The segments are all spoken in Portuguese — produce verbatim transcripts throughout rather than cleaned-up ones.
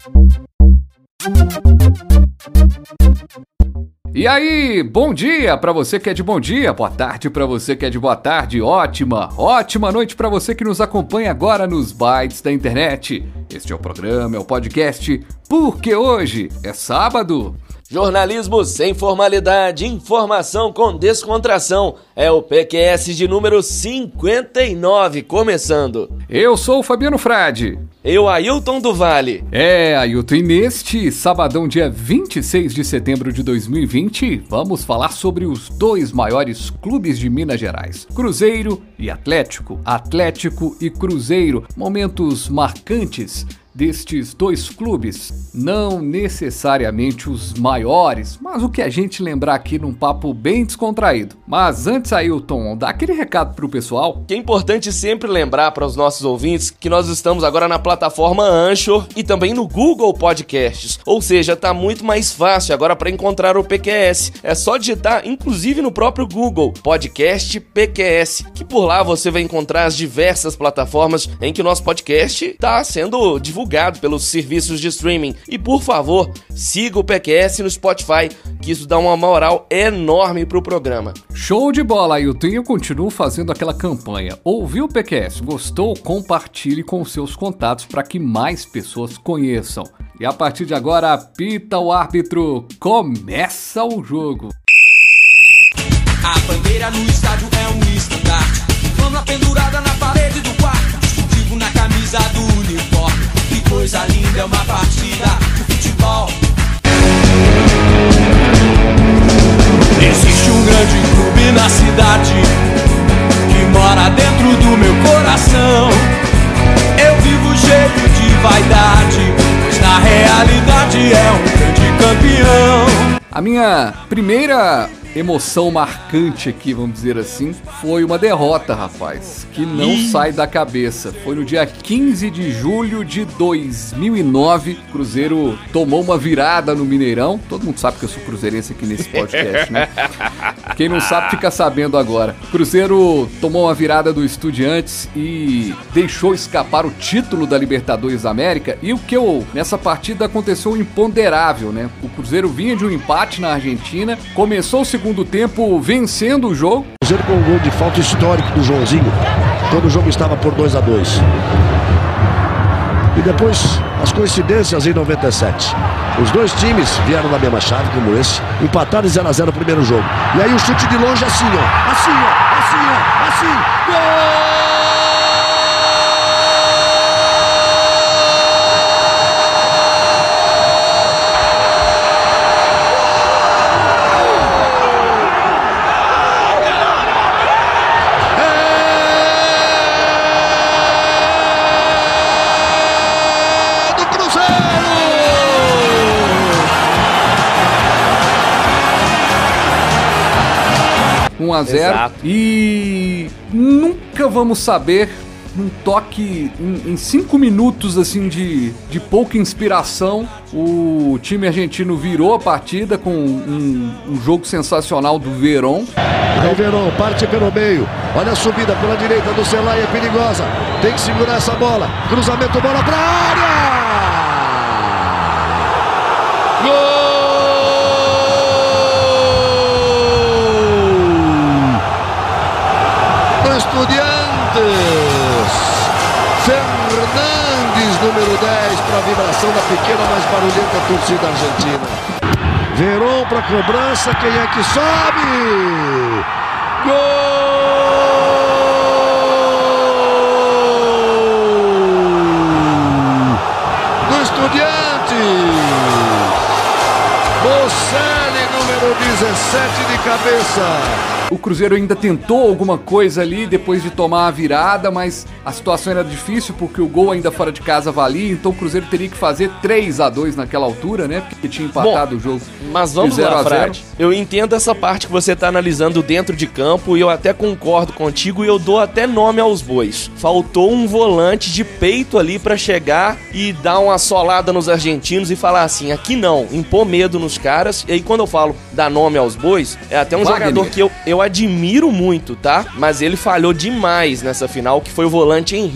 E aí, bom dia pra você que é de bom dia, boa tarde pra você que é de boa tarde, ótima, ótima noite pra você que nos acompanha agora nos bytes da internet. Este é o programa, é o podcast Porque Hoje é Sábado. Jornalismo sem formalidade, informação com descontração. É o P Q S de número cinquenta e nove, começando. Eu sou o Fabiano Frade. Eu, Ailton do Vale. É, Ailton, e neste sabadão, dia vinte e seis de setembro de dois mil e vinte, vamos falar sobre os dois maiores clubes de Minas Gerais, Cruzeiro e Atlético. Atlético e Cruzeiro, momentos marcantes destes dois clubes, não necessariamente os maiores, mas o que a gente lembrar aqui num papo bem descontraído. Mas antes, Ailton, dá aquele recado pro pessoal. Que é importante sempre lembrar para os nossos ouvintes que nós estamos agora na plataforma Anchor e também no Google Podcasts, ou seja, tá muito mais fácil agora para encontrar o P Q S. É só digitar, inclusive no próprio Google, Podcast P Q S, que por lá você vai encontrar as diversas plataformas em que o nosso podcast está sendo divulgado pelos serviços de streaming. E por favor, siga o P Q S no Spotify, que isso dá uma moral enorme pro programa. Show de bola, Ailton, e eu continuo fazendo aquela campanha. Ouviu o P Q S? Gostou? Compartilhe com seus contatos para que mais pessoas conheçam. E a partir de agora, apita o árbitro, começa o jogo. A bandeira no estádio é um estandarte, fama pendurada na parede do quarto, distintivo na camisa do uniforme. Que coisa linda é uma partida de futebol. Existe um grande clube na cidade que mora dentro do meu coração. Eu vivo cheio de vaidade, pois na realidade é um grande campeão. A minha primeira emoção marcante aqui, vamos dizer assim, foi uma derrota, rapaz, que não Ih. sai da cabeça. Foi no dia quinze de julho de dois mil e nove, o Cruzeiro tomou uma virada no Mineirão. Todo mundo sabe que eu sou cruzeirense aqui nesse podcast, né? Quem não sabe fica sabendo agora. O Cruzeiro tomou uma virada do Estudiantes e deixou escapar o título da Libertadores da América. E o que eu, nessa partida aconteceu um imponderável, né? O Cruzeiro vinha de um empate na Argentina, começou o segundo segundo tempo vencendo o jogo. Cruzeiro com um gol de falta histórico do Joãozinho, quando o jogo estava por dois a dois. E depois as coincidências em noventa e sete. Os dois times vieram na mesma chave como esse, empataram em zero a zero o primeiro jogo. E aí o chute de longe assim, ó, assim, ó, assim, ó, assim, gol! um a zero. Exato. E nunca vamos saber, num toque em cinco minutos assim de, de pouca inspiração, o time argentino virou a partida com um, um jogo sensacional do Verón. Aí o Verón parte pelo meio, olha a subida pela direita do Celaya, é perigosa, tem que segurar essa bola, cruzamento, bola pra área! Gol! Estudiantes, Fernandes, número dez, para a vibração da pequena, mais barulhenta torcida argentina. Verón para cobrança, quem é que sobe? Gol do Estudiantes. Bocelli, número dezessete, de cabeça. O Cruzeiro ainda tentou alguma coisa ali depois de tomar a virada, mas a situação era difícil porque o gol ainda fora de casa valia, então o Cruzeiro teria que fazer três a dois naquela altura, né? Porque tinha empatado Bom, o jogo. Mas vamos lá, Frade. Eu entendo essa parte que você tá analisando dentro de campo e eu até concordo contigo e eu dou até nome aos bois. Faltou um volante de peito ali pra chegar e dar uma solada nos argentinos e falar assim, aqui não, impor medo nos caras. E aí quando eu falo dar nome aos bois, é até um Wagner. jogador que eu, eu admiro muito, tá? Mas ele falhou demais nessa final, que foi o volante Henrique.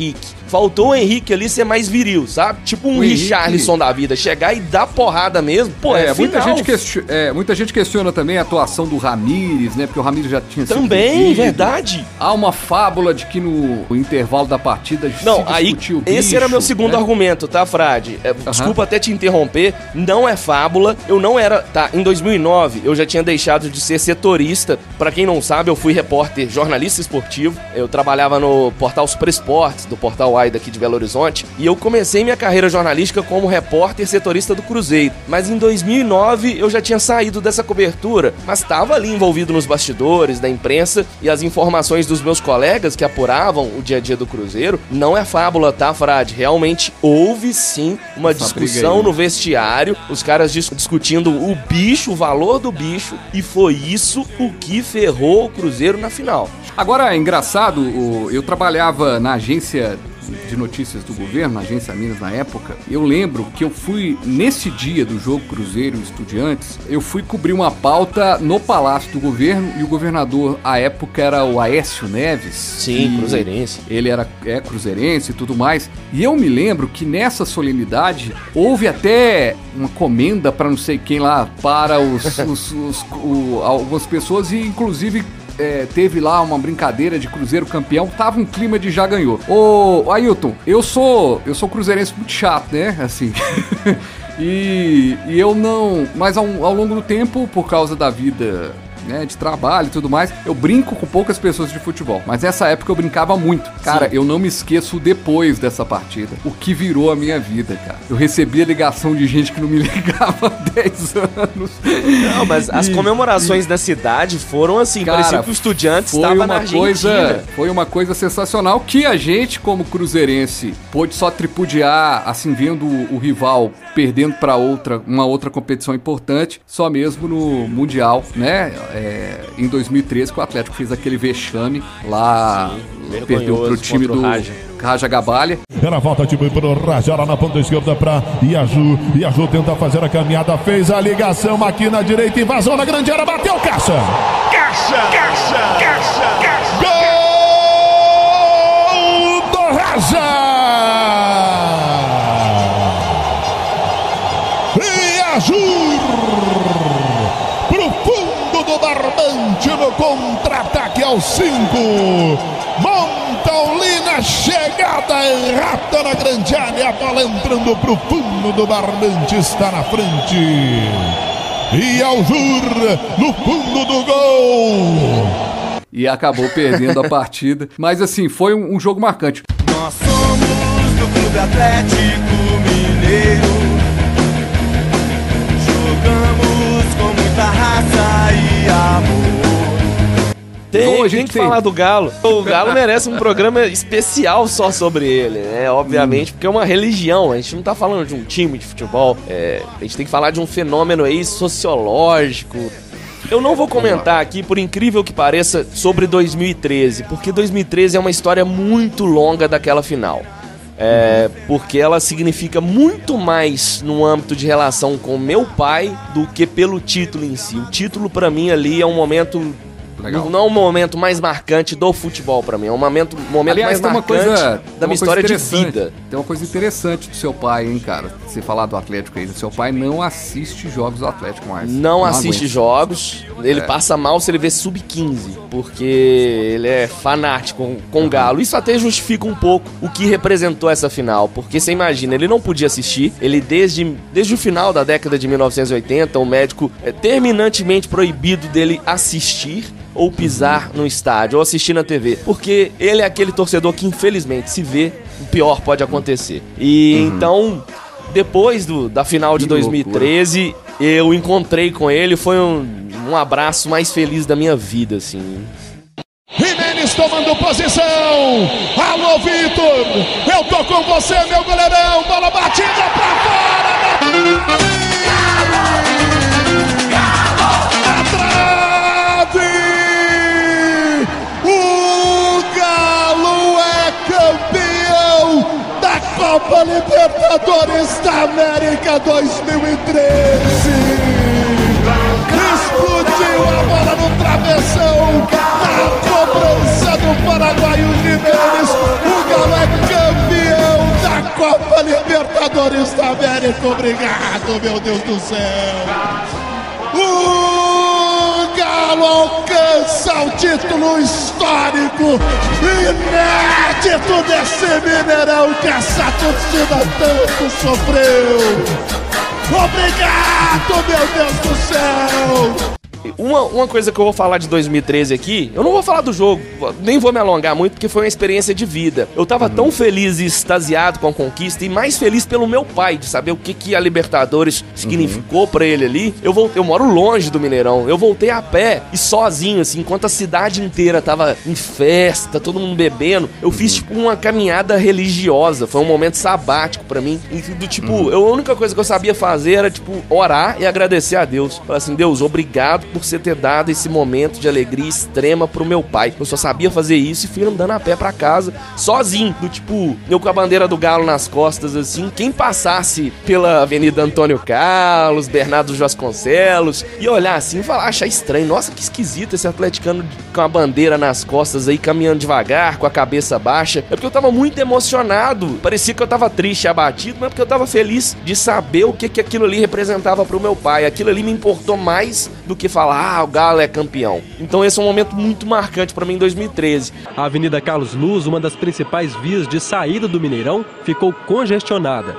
Faltou o Henrique ali ser mais viril, sabe? Tipo um O Henrique- Richarlison da vida, chegar e dar porrada mesmo. Pô, é, É, muita, final. gente question- é, muita gente questiona também a atuação do Ramires, né? Porque o Ramires já tinha sido Também, pedido. verdade. Há uma fábula de que no intervalo da partida Não, se aí, discutiu o esse bicho, era meu segundo né? argumento, tá, Frade? É, Desculpa até te interromper, não é fábula, eu não era... Tá, em dois mil e nove, eu já tinha deixado de ser setorista. Pra quem não sabe, eu fui repórter jornalista esportivo. Eu trabalhava no portal Super Esportes, do portal A I daqui de Belo Horizonte. E eu comecei minha carreira jornalística como repórter setorista do Cruzeiro. Mas em dois mil e nove, eu já tinha saído dessa cobertura, mas estava ali envolvido nos bastidores da imprensa, e as informações dos meus colegas que apuravam o dia a dia do Cruzeiro, não é fábula, tá, Frade? Realmente houve sim uma Essa briga discussão aí. no vestiário, os caras dis- discutindo o bicho, o valor do bicho, e foi isso o que ferrou o Cruzeiro na final. Agora, é engraçado, o- eu trabalhava na agência de notícias do governo, na agência Minas na época. Eu lembro que eu fui, nesse dia do jogo Cruzeiro e Estudiantes, eu fui cobrir uma pauta no Palácio do Governo, e o governador, à época, era o Aécio Neves. Sim, e cruzeirense. Ele era é, cruzeirense e tudo mais. E eu me lembro que nessa solenidade houve até uma comenda para não sei quem lá, para os, os- os- o- algumas pessoas, e inclusive é, teve lá uma brincadeira de Cruzeiro campeão, tava um clima de já ganhou. Ô, Ailton, eu sou eu sou cruzeirense muito chato, né? Assim. e, e eu não... Mas ao, ao longo do tempo, por causa da vida, né, de trabalho e tudo mais, eu brinco com poucas pessoas de futebol. Mas nessa época eu brincava muito. Cara, eu não me esqueço depois dessa partida o que virou a minha vida, cara. Eu recebia ligação de gente que não me ligava há dez anos. Não, mas as E- comemorações da cidade foram assim, Cara, parecia que o Estudiantes foi estava uma na Argentina. coisa, foi uma coisa sensacional que a gente, como cruzeirense, pôde só tripudiar, assim, vendo o, o rival perdendo para outra, uma outra competição importante, só mesmo no Mundial, né? É, em dois mil e treze, que o Atlético fez aquele vexame lá, Sim, perdeu pro vergonhoso time contra o do Raja. Raja Gabalha. Ela volta tipo pro Rajara na ponta esquerda pra Iaju. Iaju tenta fazer a caminhada, fez a ligação aqui na direita, invasão na grande área, bateu Caixa. Caixa, Caixa, Caixa, Caixa. Gol do Raja. Iaju pro fundo do barbante no contra-ataque aos cinco. Montaulina, chegada errada na grande área, a bola entrando pro fundo do barbante, está na frente. E Aljur no fundo do gol. E acabou perdendo a partida. Mas assim, foi um, um jogo marcante. Nós somos do Clube Atlético Mineiro. Jogamos com muita raça e amor. Tem, Hoje tem que tem. falar do Galo. O Galo merece um programa especial só sobre ele, né? Obviamente, porque é uma religião. A gente não tá falando de um time de futebol. É, a gente tem que falar de um fenômeno aí sociológico. Eu não vou comentar aqui, por incrível que pareça, sobre dois mil e treze, porque dois mil e treze é uma história muito longa daquela final. É, porque ela significa muito mais no âmbito de relação com meu pai do que pelo título em si. O título, pra mim, ali é um momento... Legal. Não, não é o momento mais marcante do futebol pra mim, é um momento, momento Aliás, mais tem uma marcante coisa, da tem minha uma coisa história de interessante. vida. Tem uma coisa interessante do seu pai, hein, cara? Você falar do Atlético aí. O seu pai não assiste jogos do Atlético mais. Não assiste aguenta. jogos, ele É. passa mal se ele vê sub quinze, porque ele é fanático com, com o Galo. Isso até justifica um pouco o que representou essa final, porque você imagina, ele não podia assistir, ele desde, desde o final da década de mil novecentos e oitenta, o médico é terminantemente proibido dele assistir ou pisar no estádio, ou assistir na T V, porque ele é aquele torcedor que infelizmente se vê, o pior pode acontecer. E então, depois do, da final de Que dois mil e treze, eu encontrei com ele, foi um, um abraço mais feliz da minha vida, assim. Jimenez tomando posição. Alô, Vitor. Eu tô com você, meu goleirão. Bola batida pra fora. O Galo é campeão da Copa Libertadores da América dois mil e treze. Explodiu a bola no travessão, na cobrança do paraguaio Jimenez. O Galo é campeão. motorista Américo, obrigado, meu Deus do céu. O Galo alcança o título histórico, inédito desse Mineirão que essa torcida tanto sofreu. Obrigado, meu Deus do céu. Uma, uma coisa que eu vou falar de dois mil e treze aqui, eu não vou falar do jogo, nem vou me alongar muito, porque foi uma experiência de vida. Eu tava uhum. tão feliz e extasiado com a conquista, e mais feliz pelo meu pai, de saber o que, que a Libertadores significou uhum. pra ele ali. Eu, voltei, eu moro longe do Mineirão, eu voltei a pé e sozinho, assim, enquanto a cidade inteira tava em festa, todo mundo bebendo. Eu uhum. fiz, tipo, uma caminhada religiosa, foi um momento sabático pra mim, do tipo, uhum. eu, a única coisa que eu sabia fazer era, tipo, orar e agradecer a Deus. Falar assim, Deus, obrigado por você ter dado esse momento de alegria extrema pro meu pai. Eu só sabia fazer isso e fui andando a pé pra casa, sozinho, do tipo, eu com a bandeira do Galo nas costas, assim. Quem passasse pela Avenida Antônio Carlos, Bernardo Vasconcelos, e olhar assim e falar, achar estranho, nossa, que esquisito esse atleticano com a bandeira nas costas aí, caminhando devagar, com a cabeça baixa. É porque eu tava muito emocionado, parecia que eu tava triste, abatido, mas porque eu tava feliz de saber o que, que aquilo ali representava pro meu pai. Aquilo ali me importou mais do que falar, ah, o Galo é campeão. Então esse é um momento muito marcante pra mim em dois mil e treze. A Avenida Carlos Luz, uma das principais vias de saída do Mineirão, ficou congestionada.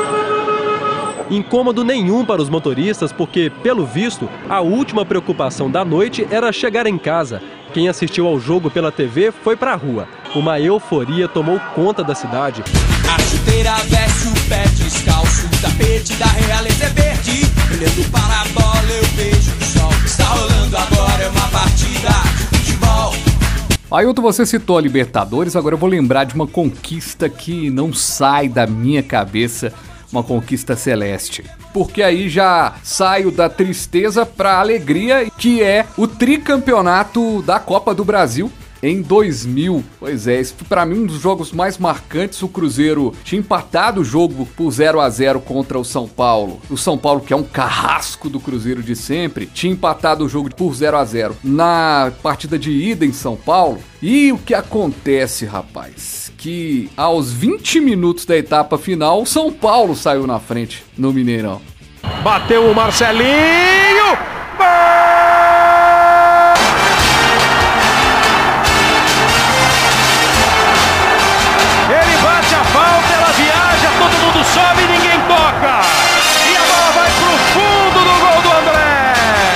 Incômodo nenhum para os motoristas, porque, pelo visto, a última preocupação da noite era chegar em casa. Quem assistiu ao jogo pela T V foi pra rua. Uma euforia tomou conta da cidade. A chuteira veste o pé descalço, o tapete da realeza é verde. Olhando para a bola eu vejo o sol. Está rolando agora, é uma partida de futebol. Ailton, você citou a Libertadores, agora eu vou lembrar de uma conquista que não sai da minha cabeça, uma conquista celeste. Porque aí já saio da tristeza pra alegria, que é o tricampeonato da Copa do Brasil em dois mil. Pois é, esse foi pra mim um dos jogos mais marcantes. O Cruzeiro tinha empatado o jogo por zero a zero contra o São Paulo. O São Paulo, que é um carrasco do Cruzeiro de sempre, tinha empatado o jogo por zero a zero na partida de ida em São Paulo. E o que acontece, rapaz? Que aos vinte minutos da etapa final, o São Paulo saiu na frente no Mineirão. Bateu o Marcelinho! Gol! Ele bate a falta, ela viaja, todo mundo sobe e ninguém toca! E a bola vai pro fundo do gol do André!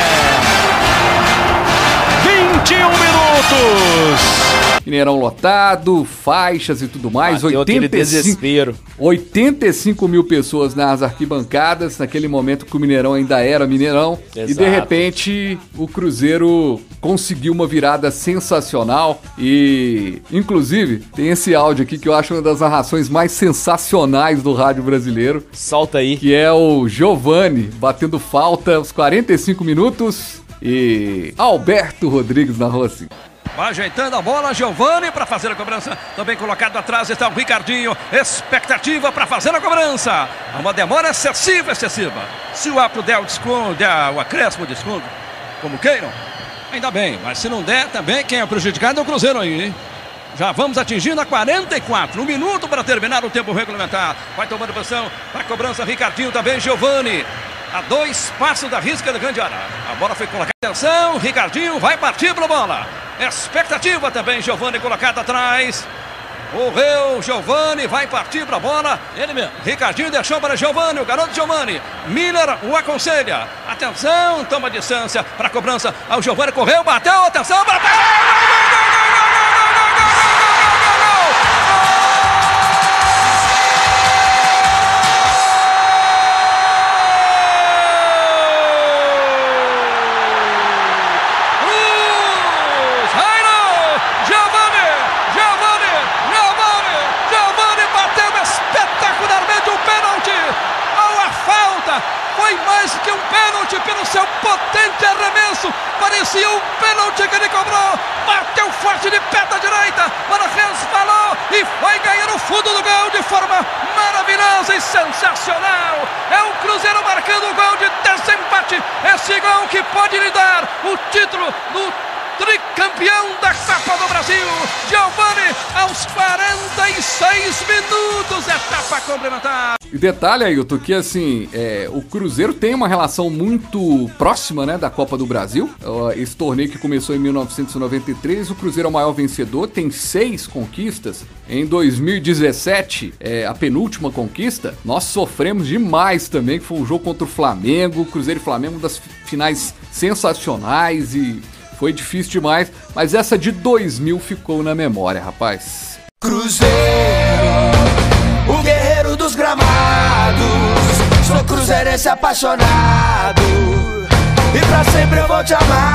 vinte e um minutos! Mineirão lotado, faixas e tudo mais. Bateu oitenta e cinco, desespero. oitenta e cinco mil pessoas nas arquibancadas, naquele momento que o Mineirão ainda era Mineirão. Exato. E de repente o Cruzeiro conseguiu uma virada sensacional. E inclusive tem esse áudio aqui que eu acho uma das narrações mais sensacionais do rádio brasileiro. Solta aí. Que é o Giovani batendo falta aos quarenta e cinco minutos. E Alberto Rodrigues narrou assim. Vai ajeitando a bola, Giovani para fazer a cobrança. Também colocado atrás está o Ricardinho. Expectativa para fazer a cobrança. Uma demora excessiva, excessiva. Se o árbitro der o desconto, der o acréscimo desconto, como queiram, ainda bem. Mas se não der, também quem é prejudicado é o Cruzeiro aí, hein? Já vamos atingindo a quarenta e quatro. Um minuto para terminar o tempo regulamentar. Vai tomando posição para a cobrança. Ricardinho também, Giovani. A dois passos da risca da grande área. A bola foi colocada. Atenção, Ricardinho vai partir para a bola. Expectativa também, Giovani colocado atrás. Correu, Giovani vai partir para a bola. Ele mesmo. Ricardinho deixou para Giovani, o garoto Giovani. Miller o aconselha. Atenção, toma distância para a cobrança. O Giovani correu, bateu, atenção, bateu. Foi mais que um pênalti pelo seu potente arremesso. Parecia um pênalti que ele cobrou. Bateu forte de pé da direita. Para resvalou e foi ganhar o fundo do gol de forma maravilhosa e sensacional. É o Cruzeiro marcando o gol de desempate. Esse gol que pode lhe dar o título do tricampeão da Copa do Brasil, Giovani, aos quarenta e seis minutos, etapa complementar. E detalhe, Ailton, que assim, é, o Cruzeiro tem uma relação muito próxima, né, da Copa do Brasil. Esse torneio que começou em mil novecentos e noventa e três, o Cruzeiro é o maior vencedor, tem seis conquistas. Em dois mil e dezessete, é, a penúltima conquista, nós sofremos demais também, que foi um jogo contra o Flamengo, Cruzeiro e Flamengo, uma das finais sensacionais e foi difícil demais, mas essa de dois mil ficou na memória, rapaz. Cruzeiro, o guerreiro dos gramados, sou cruzeirense apaixonado e pra sempre eu vou te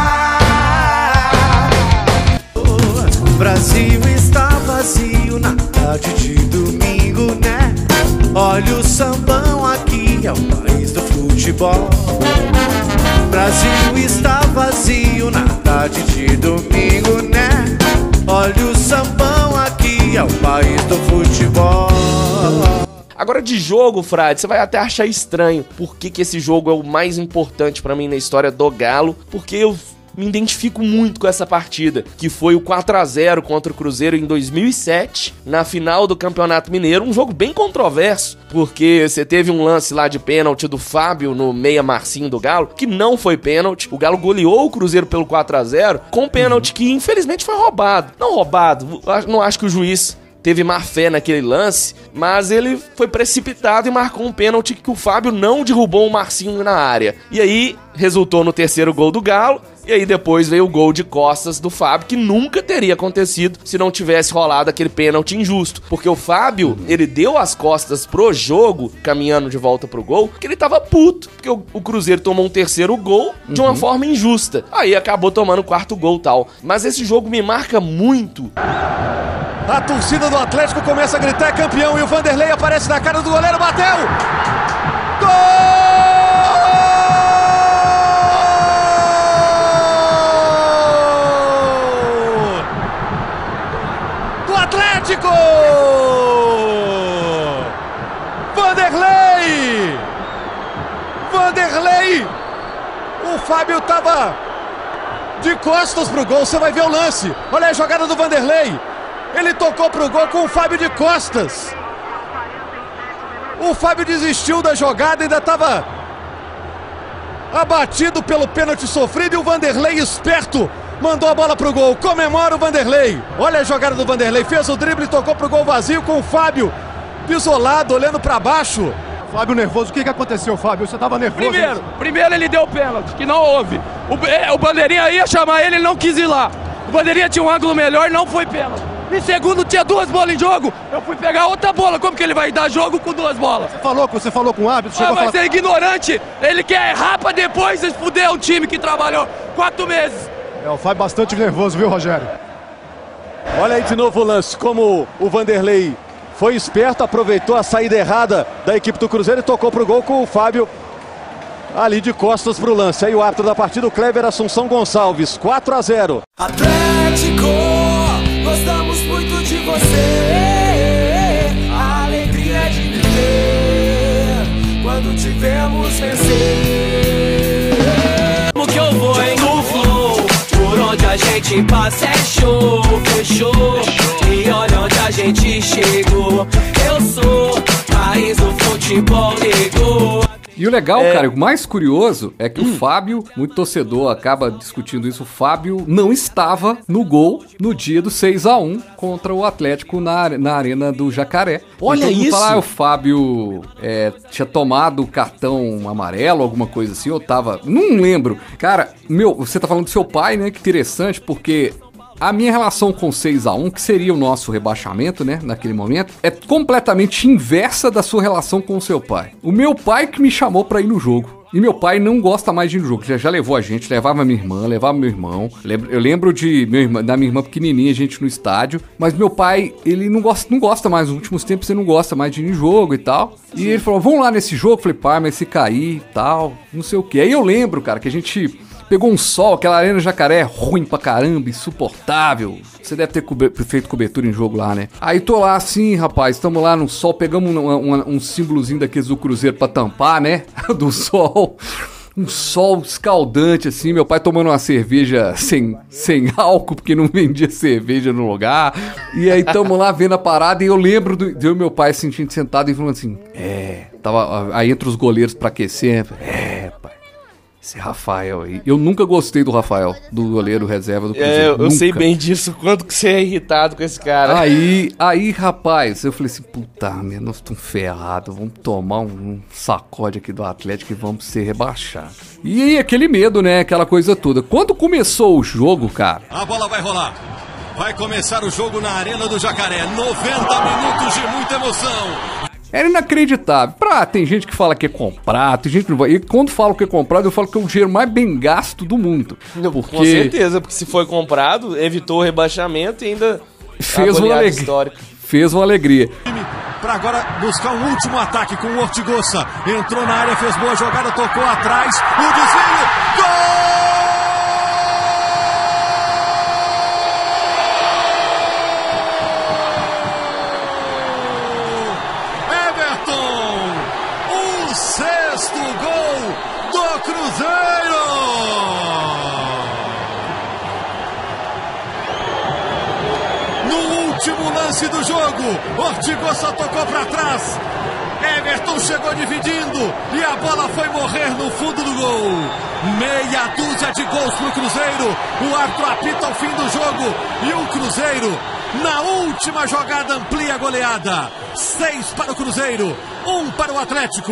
amar. O Brasil está vazio na tarde de domingo, né? Olha o sambão aqui, é o país do futebol. O Brasil está vazio na tarde de domingo, né? Olha o sambão aqui, é o país do futebol. Agora de jogo, Frade, você vai até achar estranho por que, que esse jogo é o mais importante pra mim na história do Galo, porque eu me identifico muito com essa partida, que foi o quatro a zero contra o Cruzeiro em dois mil e sete, na final do Campeonato Mineiro, um jogo bem controverso, porque você teve um lance lá de pênalti do Fábio no meia Marcinho do Galo, que não foi pênalti, o Galo goleou o Cruzeiro pelo quatro a zero, com pênalti que infelizmente foi roubado. Não roubado, não acho que o juiz teve má fé naquele lance, mas ele foi precipitado e marcou um pênalti que o Fábio não derrubou o Marcinho na área. E aí resultou no terceiro gol do Galo, e aí depois veio o gol de costas do Fábio, que nunca teria acontecido se não tivesse rolado aquele pênalti injusto. Porque o Fábio, ele deu as costas pro jogo, caminhando de volta pro gol, que ele tava puto, porque o, o Cruzeiro tomou um terceiro gol de uma uhum. forma injusta. Aí acabou tomando o quarto gol e tal. Mas esse jogo me marca muito. A torcida do Atlético começa a gritar, é campeão, e o Vanderlei aparece na cara do goleiro, bateu! Gol! Do Atlético! Vanderlei! Vanderlei! O Fábio tava de costas pro gol, você vai ver o lance. Olha a jogada do Vanderlei. Ele tocou pro gol com o Fábio de costas. O Fábio desistiu da jogada, ainda estava abatido pelo pênalti sofrido, e o Vanderlei, esperto, mandou a bola pro gol. Comemora o Vanderlei. Olha a jogada do Vanderlei. Fez o drible e tocou pro gol vazio com o Fábio isolado, olhando para baixo. Fábio nervoso. O que que aconteceu, Fábio? Você estava nervoso? Primeiro, primeiro ele deu o pênalti, que não houve. O, o Bandeirinha ia chamar ele, ele não quis ir lá. O Bandeirinha tinha um ângulo melhor, não foi pênalti. E segundo, tinha duas bolas em jogo, eu fui pegar outra bola. Como que ele vai dar jogo com duas bolas? Você falou, você falou com o árbitro? Ah, mas falar... é ignorante, ele quer errar pra depois fuder um time que trabalhou quatro meses. É, o Fábio bastante nervoso, viu, Rogério? Olha aí de novo o lance, como o Vanderlei foi esperto, aproveitou a saída errada da equipe do Cruzeiro e tocou pro gol com o Fábio ali de costas pro lance. Aí o árbitro da partida, o Kleber Assunção Gonçalves, quatro a zero. Atlético, gostamos muito de você, a alegria de viver quando tivemos vencer. Como que eu vou, hein? No flow, por onde a gente passa é show, fechou. E olha onde a gente chegou, eu sou país do futebol negro. E o legal, é... cara, o mais curioso é que hum. o Fábio, muito torcedor acaba discutindo isso, o Fábio não estava no gol no dia do seis a um contra o Atlético na, na Arena do Jacaré. Olha isso! Fala, ah, o Fábio é, tinha tomado o cartão amarelo, alguma coisa assim, ou tava... Não lembro. Cara, meu, você tá falando do seu pai, né? Que interessante, porque... A minha relação com seis a um, que seria o nosso rebaixamento, né, naquele momento, é completamente inversa da sua relação com o seu pai. O meu pai que me chamou pra ir no jogo. E meu pai não gosta mais de ir no jogo. Ele já levou a gente, levava minha irmã, levava meu irmão. Eu lembro de meu irmã, da minha irmã pequenininha, a gente no estádio. Mas meu pai, ele não gosta, não gosta mais. Nos últimos tempos ele não gosta mais de ir no jogo e tal. E ele falou, vamos lá nesse jogo. Eu falei, pai, mas se cair e tal, não sei o que. Aí eu lembro, cara, que a gente... Pegou um sol, aquela Arena Jacaré ruim pra caramba, insuportável. Você deve ter cobe- feito cobertura em jogo lá, né? Aí tô lá assim, rapaz, tamo lá no sol, pegamos um, um, um símbolozinho daqueles do Cruzeiro pra tampar, né? Do sol. um sol escaldante, assim, meu pai tomando uma cerveja sem, sem álcool, porque não vendia cerveja no lugar. E aí tamo lá vendo a parada e eu lembro do, de eu e meu pai sentindo sentado e falando assim, é, tava aí entre os goleiros pra aquecer, é, pai. Esse Rafael aí. Eu nunca gostei do Rafael, do goleiro reserva do Cruzeiro. É, eu nunca. sei bem disso, quanto que você é irritado com esse cara. Aí, aí, rapaz, eu falei assim, puta merda, nós estamos ferrados, vamos tomar um, um sacode aqui do Atlético e vamos ser rebaixados. E aí, aquele medo, né, aquela coisa toda. Quando começou o jogo, cara... A bola vai rolar. Vai começar o jogo na Arena do Jacaré. noventa minutos de muita emoção. Era inacreditável. Pra, tem gente que fala que é comprado, tem gente que não vai. E quando falo que é comprado, eu falo que é o dinheiro mais bem gasto do mundo. Porque... Com certeza, porque se foi comprado, evitou o rebaixamento e ainda fez uma alegria. Histórica. Fez uma alegria. Para agora buscar um último ataque com o Ortigosa. Entrou na área, fez boa jogada, tocou atrás. O desvio. Gol! Sexto gol do Cruzeiro! No último lance do jogo, Ortigosa tocou para trás. Everton chegou dividindo e a bola foi morrer no fundo do gol. Meia dúzia de gols pro Cruzeiro. O árbitro apita o fim do jogo e o Cruzeiro, na última jogada, amplia a goleada. Seis para o Cruzeiro, um para o Atlético.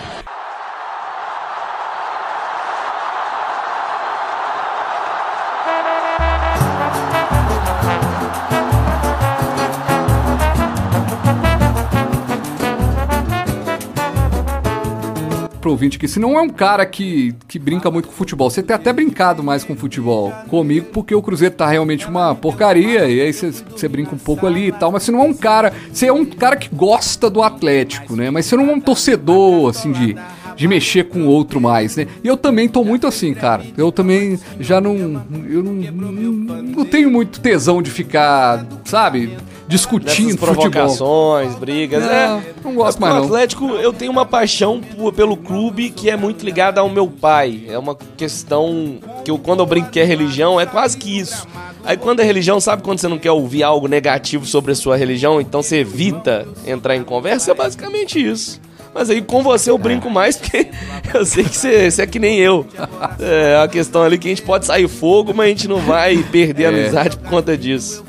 Pro ouvinte aqui, se não é um cara que, que brinca muito com futebol, você tem até brincado mais com futebol comigo, porque o Cruzeiro tá realmente uma porcaria, e aí você brinca um pouco ali e tal, mas você não é um cara, você é um cara que gosta do Atlético, né, mas você não é um torcedor, assim, de, de mexer com o outro mais, né, e eu também tô muito assim, cara, eu também já não, eu não, não, não tenho muito tesão de ficar, sabe... discutindo Nessas provocações, futebol. brigas, não, é. Não gosto mais, não. No Atlético, eu tenho uma paixão por, pelo clube que é muito ligada ao meu pai. É uma questão que eu, quando eu brinco que é religião, é quase que isso. Aí quando é religião, sabe quando você não quer ouvir algo negativo sobre a sua religião, então você evita entrar em conversa? É basicamente isso. Mas aí com você eu brinco mais porque eu sei que você, você é que nem eu. É a questão ali que a gente pode sair fogo, mas a gente não vai perder a é. amizade por conta disso.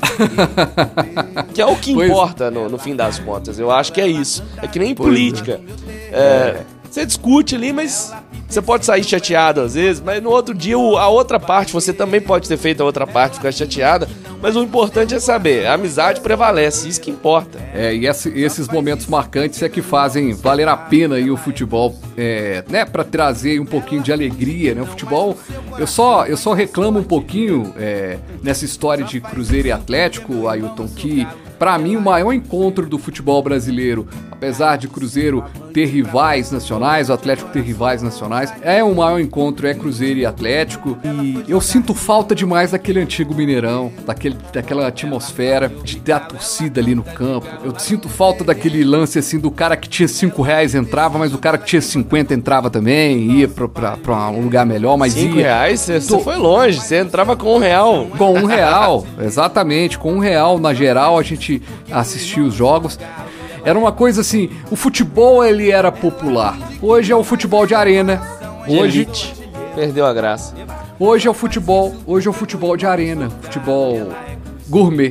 Que é o que pois... importa no, no fim das contas. Eu acho que é isso. É que nem pois política. É. É, você discute ali, mas você pode sair chateado às vezes, mas no outro dia a outra parte, você também pode ter feito a outra parte ficar chateada, mas o importante é saber, a amizade prevalece, isso que importa. É, e esse, esses momentos marcantes é que fazem valer a pena aí o futebol, é, né, pra trazer um pouquinho de alegria, né, o futebol, eu só, eu só reclamo um pouquinho é, nessa história de Cruzeiro e Atlético, Ailton, que pra mim o maior encontro do futebol brasileiro, apesar de Cruzeiro ter rivais nacionais, o Atlético ter rivais nacionais, é o maior encontro, é Cruzeiro e Atlético, e eu sinto falta demais daquele antigo Mineirão, daquele, daquela atmosfera, de ter a torcida ali no campo. Eu sinto falta daquele lance assim do cara que tinha cinco reais entrava, mas o cara que tinha cinquenta entrava também, ia pra, pra, pra um lugar melhor, mas cinco ia... reais? Você Tô... foi longe, você entrava com um real. Com um real, exatamente, com um real na geral a gente assistia os jogos. Era uma coisa assim, o futebol ele era popular. Hoje é o futebol de arena. De hoje elite. Perdeu a graça. Hoje é o futebol, hoje é o futebol de arena, futebol gourmet.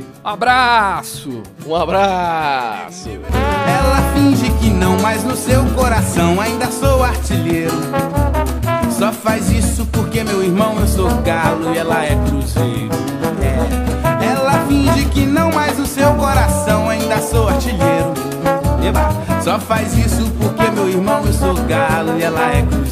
Abraço! Um abraço! Ela finge que não, mas no seu coração ainda sou artilheiro. Só faz isso porque meu irmão eu sou galo e ela é cruzeiro. É. Ela finge que não, mas no seu coração ainda sou artilheiro. Eba. Só faz isso porque meu irmão eu sou galo e ela é cruzeiro.